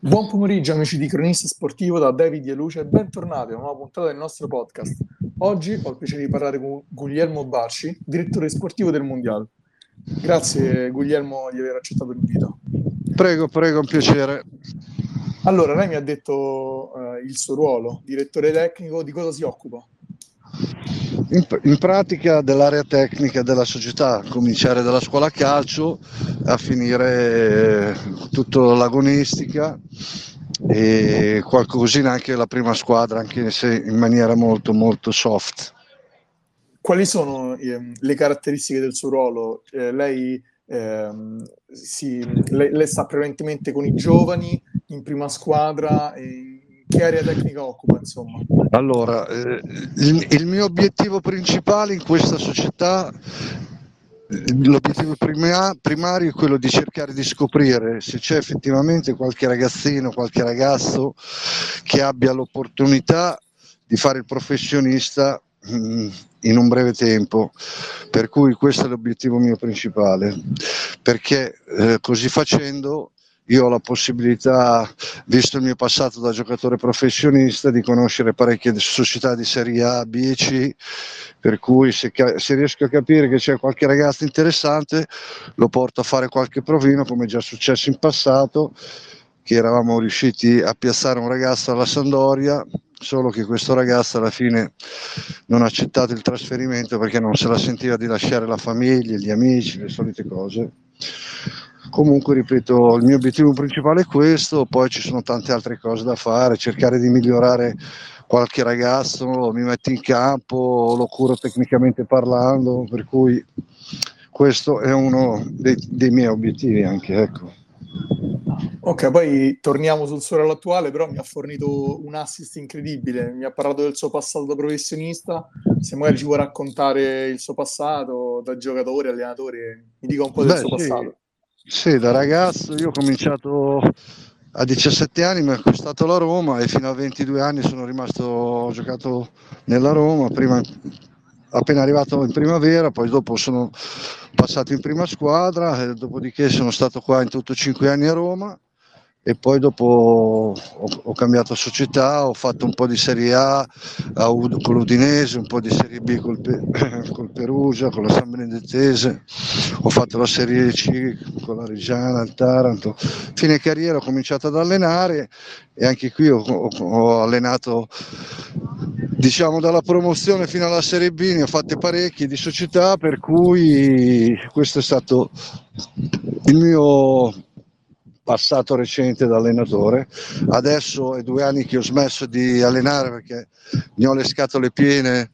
Buon pomeriggio amici di Cronista Sportivo da David e Luce e bentornati a una nuova puntata del nostro podcast. Oggi ho il piacere di parlare con Guglielmo Barci, direttore sportivo del Mondiale. Grazie Guglielmo di aver accettato l'invito. Prego, un piacere. Allora, lei mi ha detto il suo ruolo, direttore tecnico, di cosa si occupa? In pratica dell'area tecnica della società, cominciare dalla scuola calcio a finire tutto l'agonistica e qualcosina anche la prima squadra, anche se in maniera molto molto soft. Quali sono le caratteristiche del suo ruolo? Lei sta prevalentemente con i giovani in prima squadra, che area tecnica occupa, insomma? Allora, il mio obiettivo principale in questa società, l'obiettivo primario è quello di cercare di scoprire se c'è effettivamente qualche ragazzino, qualche ragazzo che abbia l'opportunità di fare il professionista in un breve tempo, per cui questo è l'obiettivo mio principale, perché così facendo io ho la possibilità, visto il mio passato da giocatore professionista, di conoscere parecchie società di Serie A, B e C, per cui se riesco a capire che c'è qualche ragazzo interessante lo porto a fare qualche provino, come è già successo in passato, che eravamo riusciti a piazzare un ragazzo alla Sampdoria, solo che questo ragazzo alla fine non ha accettato il trasferimento perché non se la sentiva di lasciare la famiglia, gli amici, le solite cose. Comunque, ripeto, il mio obiettivo principale è questo, poi ci sono tante altre cose da fare, cercare di migliorare qualche ragazzo, mi metto in campo, lo curo tecnicamente parlando, per cui questo è uno dei miei obiettivi anche, ecco. Ok, poi torniamo sul suo ruolo attuale, però mi ha fornito un assist incredibile, mi ha parlato del suo passato da professionista, se magari ci può raccontare il suo passato da giocatore, allenatore, mi dica un po' del suo passato. Sì, da ragazzo io ho cominciato a 17 anni, mi ha acquistato la Roma e fino a 22 anni ho giocato nella Roma, prima appena arrivato in primavera, poi dopo sono passato in prima squadra, e dopodiché sono stato qua in tutto 5 anni a Roma e poi dopo ho cambiato società, ho fatto un po' di Serie A con l'Udinese, un po' di Serie B col Perugia, con la San Benedettese, ho fatto la Serie C con la Reggiana, il Taranto. Fine carriera ho cominciato ad allenare e anche qui ho allenato, diciamo, dalla promozione fino alla Serie B, ne ho fatte parecchie di società, per cui questo è stato il mio passato recente da allenatore. Adesso è 2 anni che ho smesso di allenare perché ne ho le scatole piene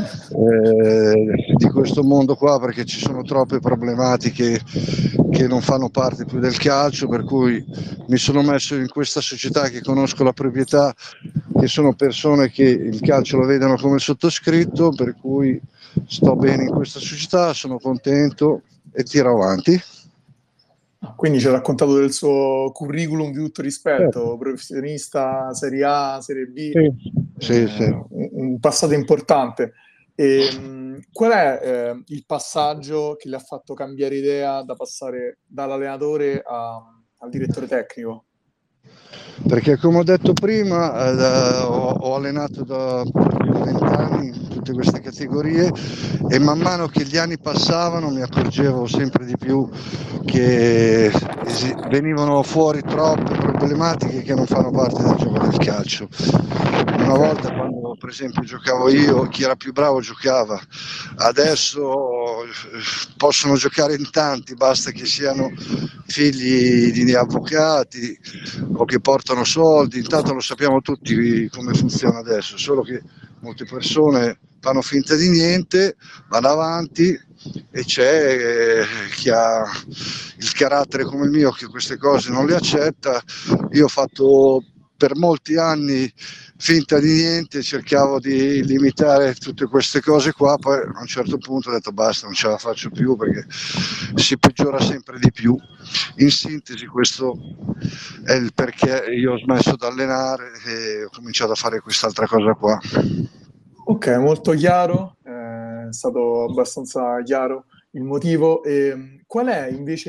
di questo mondo qua, perché ci sono troppe problematiche che non fanno parte più del calcio, per cui mi sono messo in questa società che conosco la proprietà, che sono persone che il calcio lo vedono come sottoscritto, per cui sto bene in questa società, sono contento e tiro avanti. Quindi ci ha raccontato del suo curriculum di tutto rispetto, professionista, Serie A, Serie B, Sì. un passato importante. Qual è il passaggio che le ha fatto cambiare idea da passare dall'allenatore al direttore tecnico? Perché come ho detto prima ho allenato da più di 20 anni in tutte queste categorie e man mano che gli anni passavano mi accorgevo sempre di più che venivano fuori troppe problematiche che non fanno parte del gioco del calcio. Una volta, quando per esempio giocavo io, chi era più bravo giocava, adesso possono giocare in tanti, basta che siano figli di avvocati o che portano soldi, intanto lo sappiamo tutti come funziona adesso, solo che molte persone fanno finta di niente, vanno avanti e c'è chi ha il carattere come il mio che queste cose non le accetta. Io ho fatto per molti anni finta di niente, cercavo di limitare tutte queste cose qua, poi a un certo punto ho detto basta, non ce la faccio più perché si peggiora sempre di più. In sintesi questo è il perché io ho smesso di allenare e ho cominciato a fare quest'altra cosa qua. Ok, molto chiaro, è stato abbastanza chiaro il motivo. Qual è invece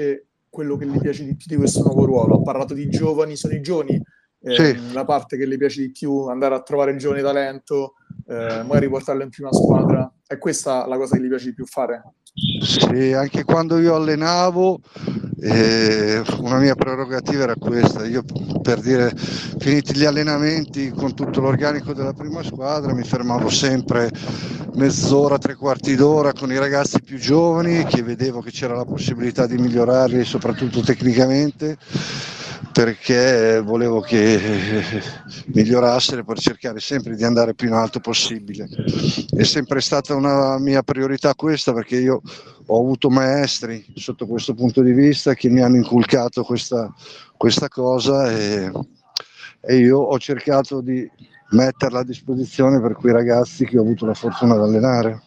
quello che le piace di più di questo nuovo ruolo? Ha parlato di giovani, sono i giovani Sì. la parte che le piace di più, andare a trovare il giovane talento, magari portarlo in prima squadra. È questa la cosa che gli piace di più fare? Sì, anche quando io allenavo, una mia prerogativa era questa. Io, per dire, finiti gli allenamenti con tutto l'organico della prima squadra, mi fermavo sempre mezz'ora, tre quarti d'ora con i ragazzi più giovani, che vedevo che c'era la possibilità di migliorarli, soprattutto tecnicamente, perché volevo che migliorassero per cercare sempre di andare più in alto possibile. È sempre stata una mia priorità questa, perché io ho avuto maestri sotto questo punto di vista che mi hanno inculcato questa cosa, e io ho cercato di metterla a disposizione per quei ragazzi che ho avuto la fortuna di allenare.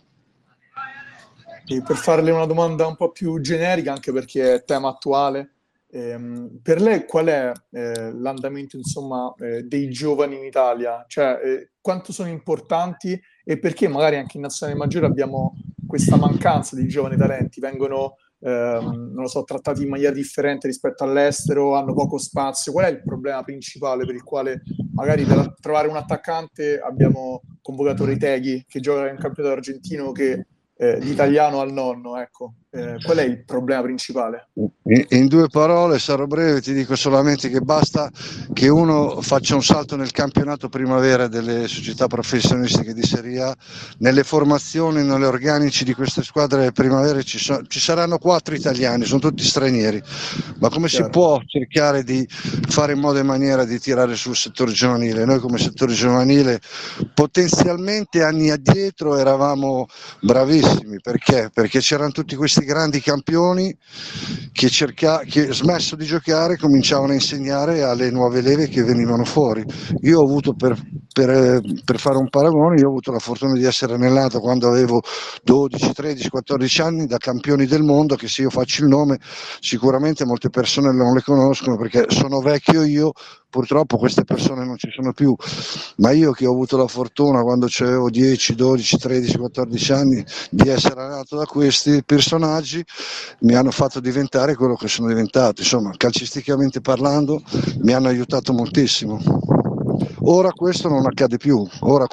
E per farle una domanda un po' più generica, anche perché è tema attuale, per lei qual è l'andamento, insomma, dei giovani in Italia? Cioè, quanto sono importanti e perché magari anche in nazionale maggiore abbiamo questa mancanza di giovani talenti? Vengono, non lo so, trattati in maniera differente rispetto all'estero, hanno poco spazio. Qual è il problema principale per il quale magari per trovare un attaccante abbiamo convocato Retegui, che gioca in campionato argentino, che l'italiano al nonno, ecco. Qual è il problema principale? In due parole, sarò breve, ti dico solamente che basta che uno faccia un salto nel campionato primavera delle società professionistiche di Serie A, nelle formazioni, nelle organici di queste squadre primavere ci saranno 4 italiani, sono tutti stranieri, ma come si può cercare di fare in modo e maniera di tirare sul settore giovanile? Noi come settore giovanile potenzialmente anni addietro eravamo bravissimi, perché? Perché c'erano tutti questi grandi campioni che smesso di giocare cominciavano a insegnare alle nuove leve che venivano fuori. Io ho avuto, per fare un paragone, io ho avuto la fortuna di essere allenato quando avevo 12, 13, 14 anni da campioni del mondo, che se io faccio il nome sicuramente molte persone non le conoscono perché sono vecchio io, purtroppo queste persone non ci sono più, ma io che ho avuto la fortuna quando avevo 10, 12, 13, 14 anni di essere allenato da questi personaggi, mi hanno fatto diventare quello che sono diventato. Insomma, calcisticamente parlando, mi hanno aiutato moltissimo. Ora questo non accade più,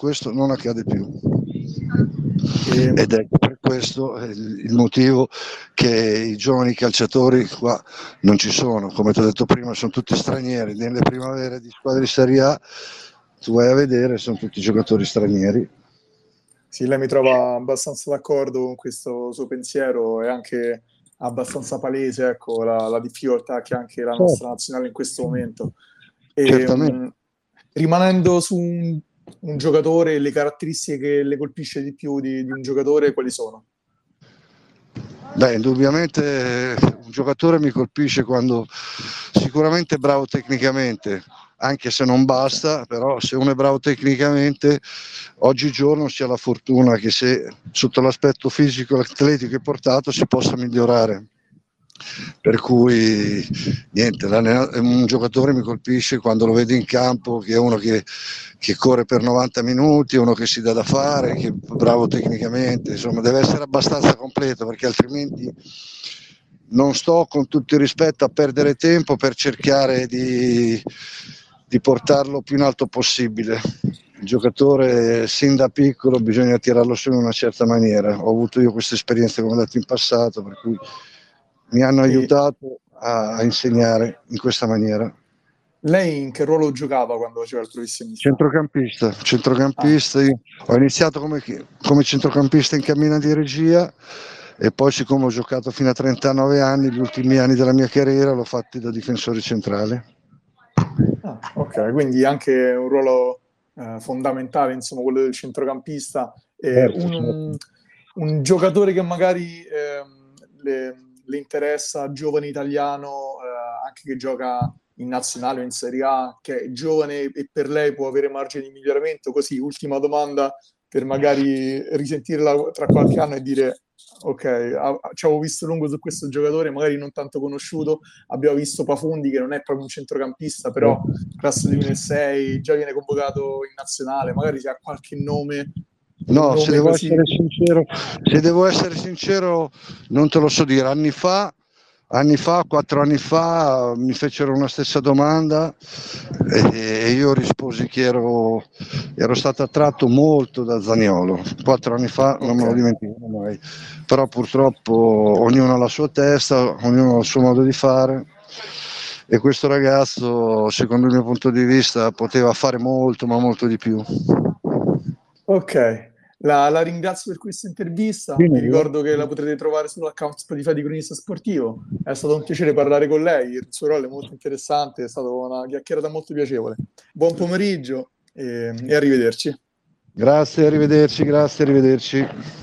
ed è per questo il motivo che i giovani calciatori qua non ci sono. Come ti ho detto prima, sono tutti stranieri. Nelle primavere di squadre di Serie A tu vai a vedere, sono tutti giocatori stranieri. Sì, lei mi trova abbastanza d'accordo con questo suo pensiero, è anche abbastanza palese, ecco, la difficoltà che ha anche la nostra nazionale in questo momento. Certamente. Rimanendo su un giocatore, le caratteristiche che le colpisce di più di un giocatore, quali sono? Beh, indubbiamente un giocatore mi colpisce quando sicuramente è bravo tecnicamente, anche se non basta, però se uno è bravo tecnicamente, oggigiorno si ha la fortuna che se sotto l'aspetto fisico e atletico è portato si possa migliorare. Per cui niente, un giocatore mi colpisce quando lo vedo in campo, che è uno che corre per 90 minuti, uno che si dà da fare, che è bravo tecnicamente, insomma deve essere abbastanza completo, perché altrimenti non sto, con tutto il rispetto, a perdere tempo per cercare di portarlo più in alto possibile. Il giocatore sin da piccolo bisogna tirarlo su in una certa maniera. Ho avuto io queste esperienze, come ho detto, in passato, per cui mi hanno aiutato a insegnare in questa maniera. Lei in che ruolo giocava quando faceva il professionista? Centrocampista. Io ho iniziato come centrocampista in cabina di regia e poi, siccome ho giocato fino a 39 anni, gli ultimi anni della mia carriera l'ho fatti da difensore centrale. Ok, quindi anche un ruolo fondamentale, insomma, quello del centrocampista. Un giocatore che magari le interessa, giovane italiano, anche che gioca in nazionale o in Serie A, che è giovane e per lei può avere margine di miglioramento. Così, ultima domanda per magari risentirla tra qualche anno e dire ok, ci avevo visto lungo su questo giocatore, magari non tanto conosciuto, abbiamo visto Pafundi che non è proprio un centrocampista, però classe 2006, già viene convocato in nazionale, magari se ha qualche nome. No, se devo essere sincero, non te lo so dire. Anni fa 4 anni fa, mi fecero una stessa domanda e io risposi che ero stato attratto molto da Zaniolo. 4 anni fa non me lo dimenticherò mai, però purtroppo ognuno ha la sua testa, ognuno ha il suo modo di fare e questo ragazzo, secondo il mio punto di vista, poteva fare molto, ma molto di più. Ok, la ringrazio per questa intervista. Vi ricordo che la potrete trovare sull'account Spotify di Cronista Sportivo. È stato un piacere parlare con lei, il suo ruolo è molto interessante, è stata una chiacchierata molto piacevole. Buon pomeriggio e arrivederci. Grazie, arrivederci.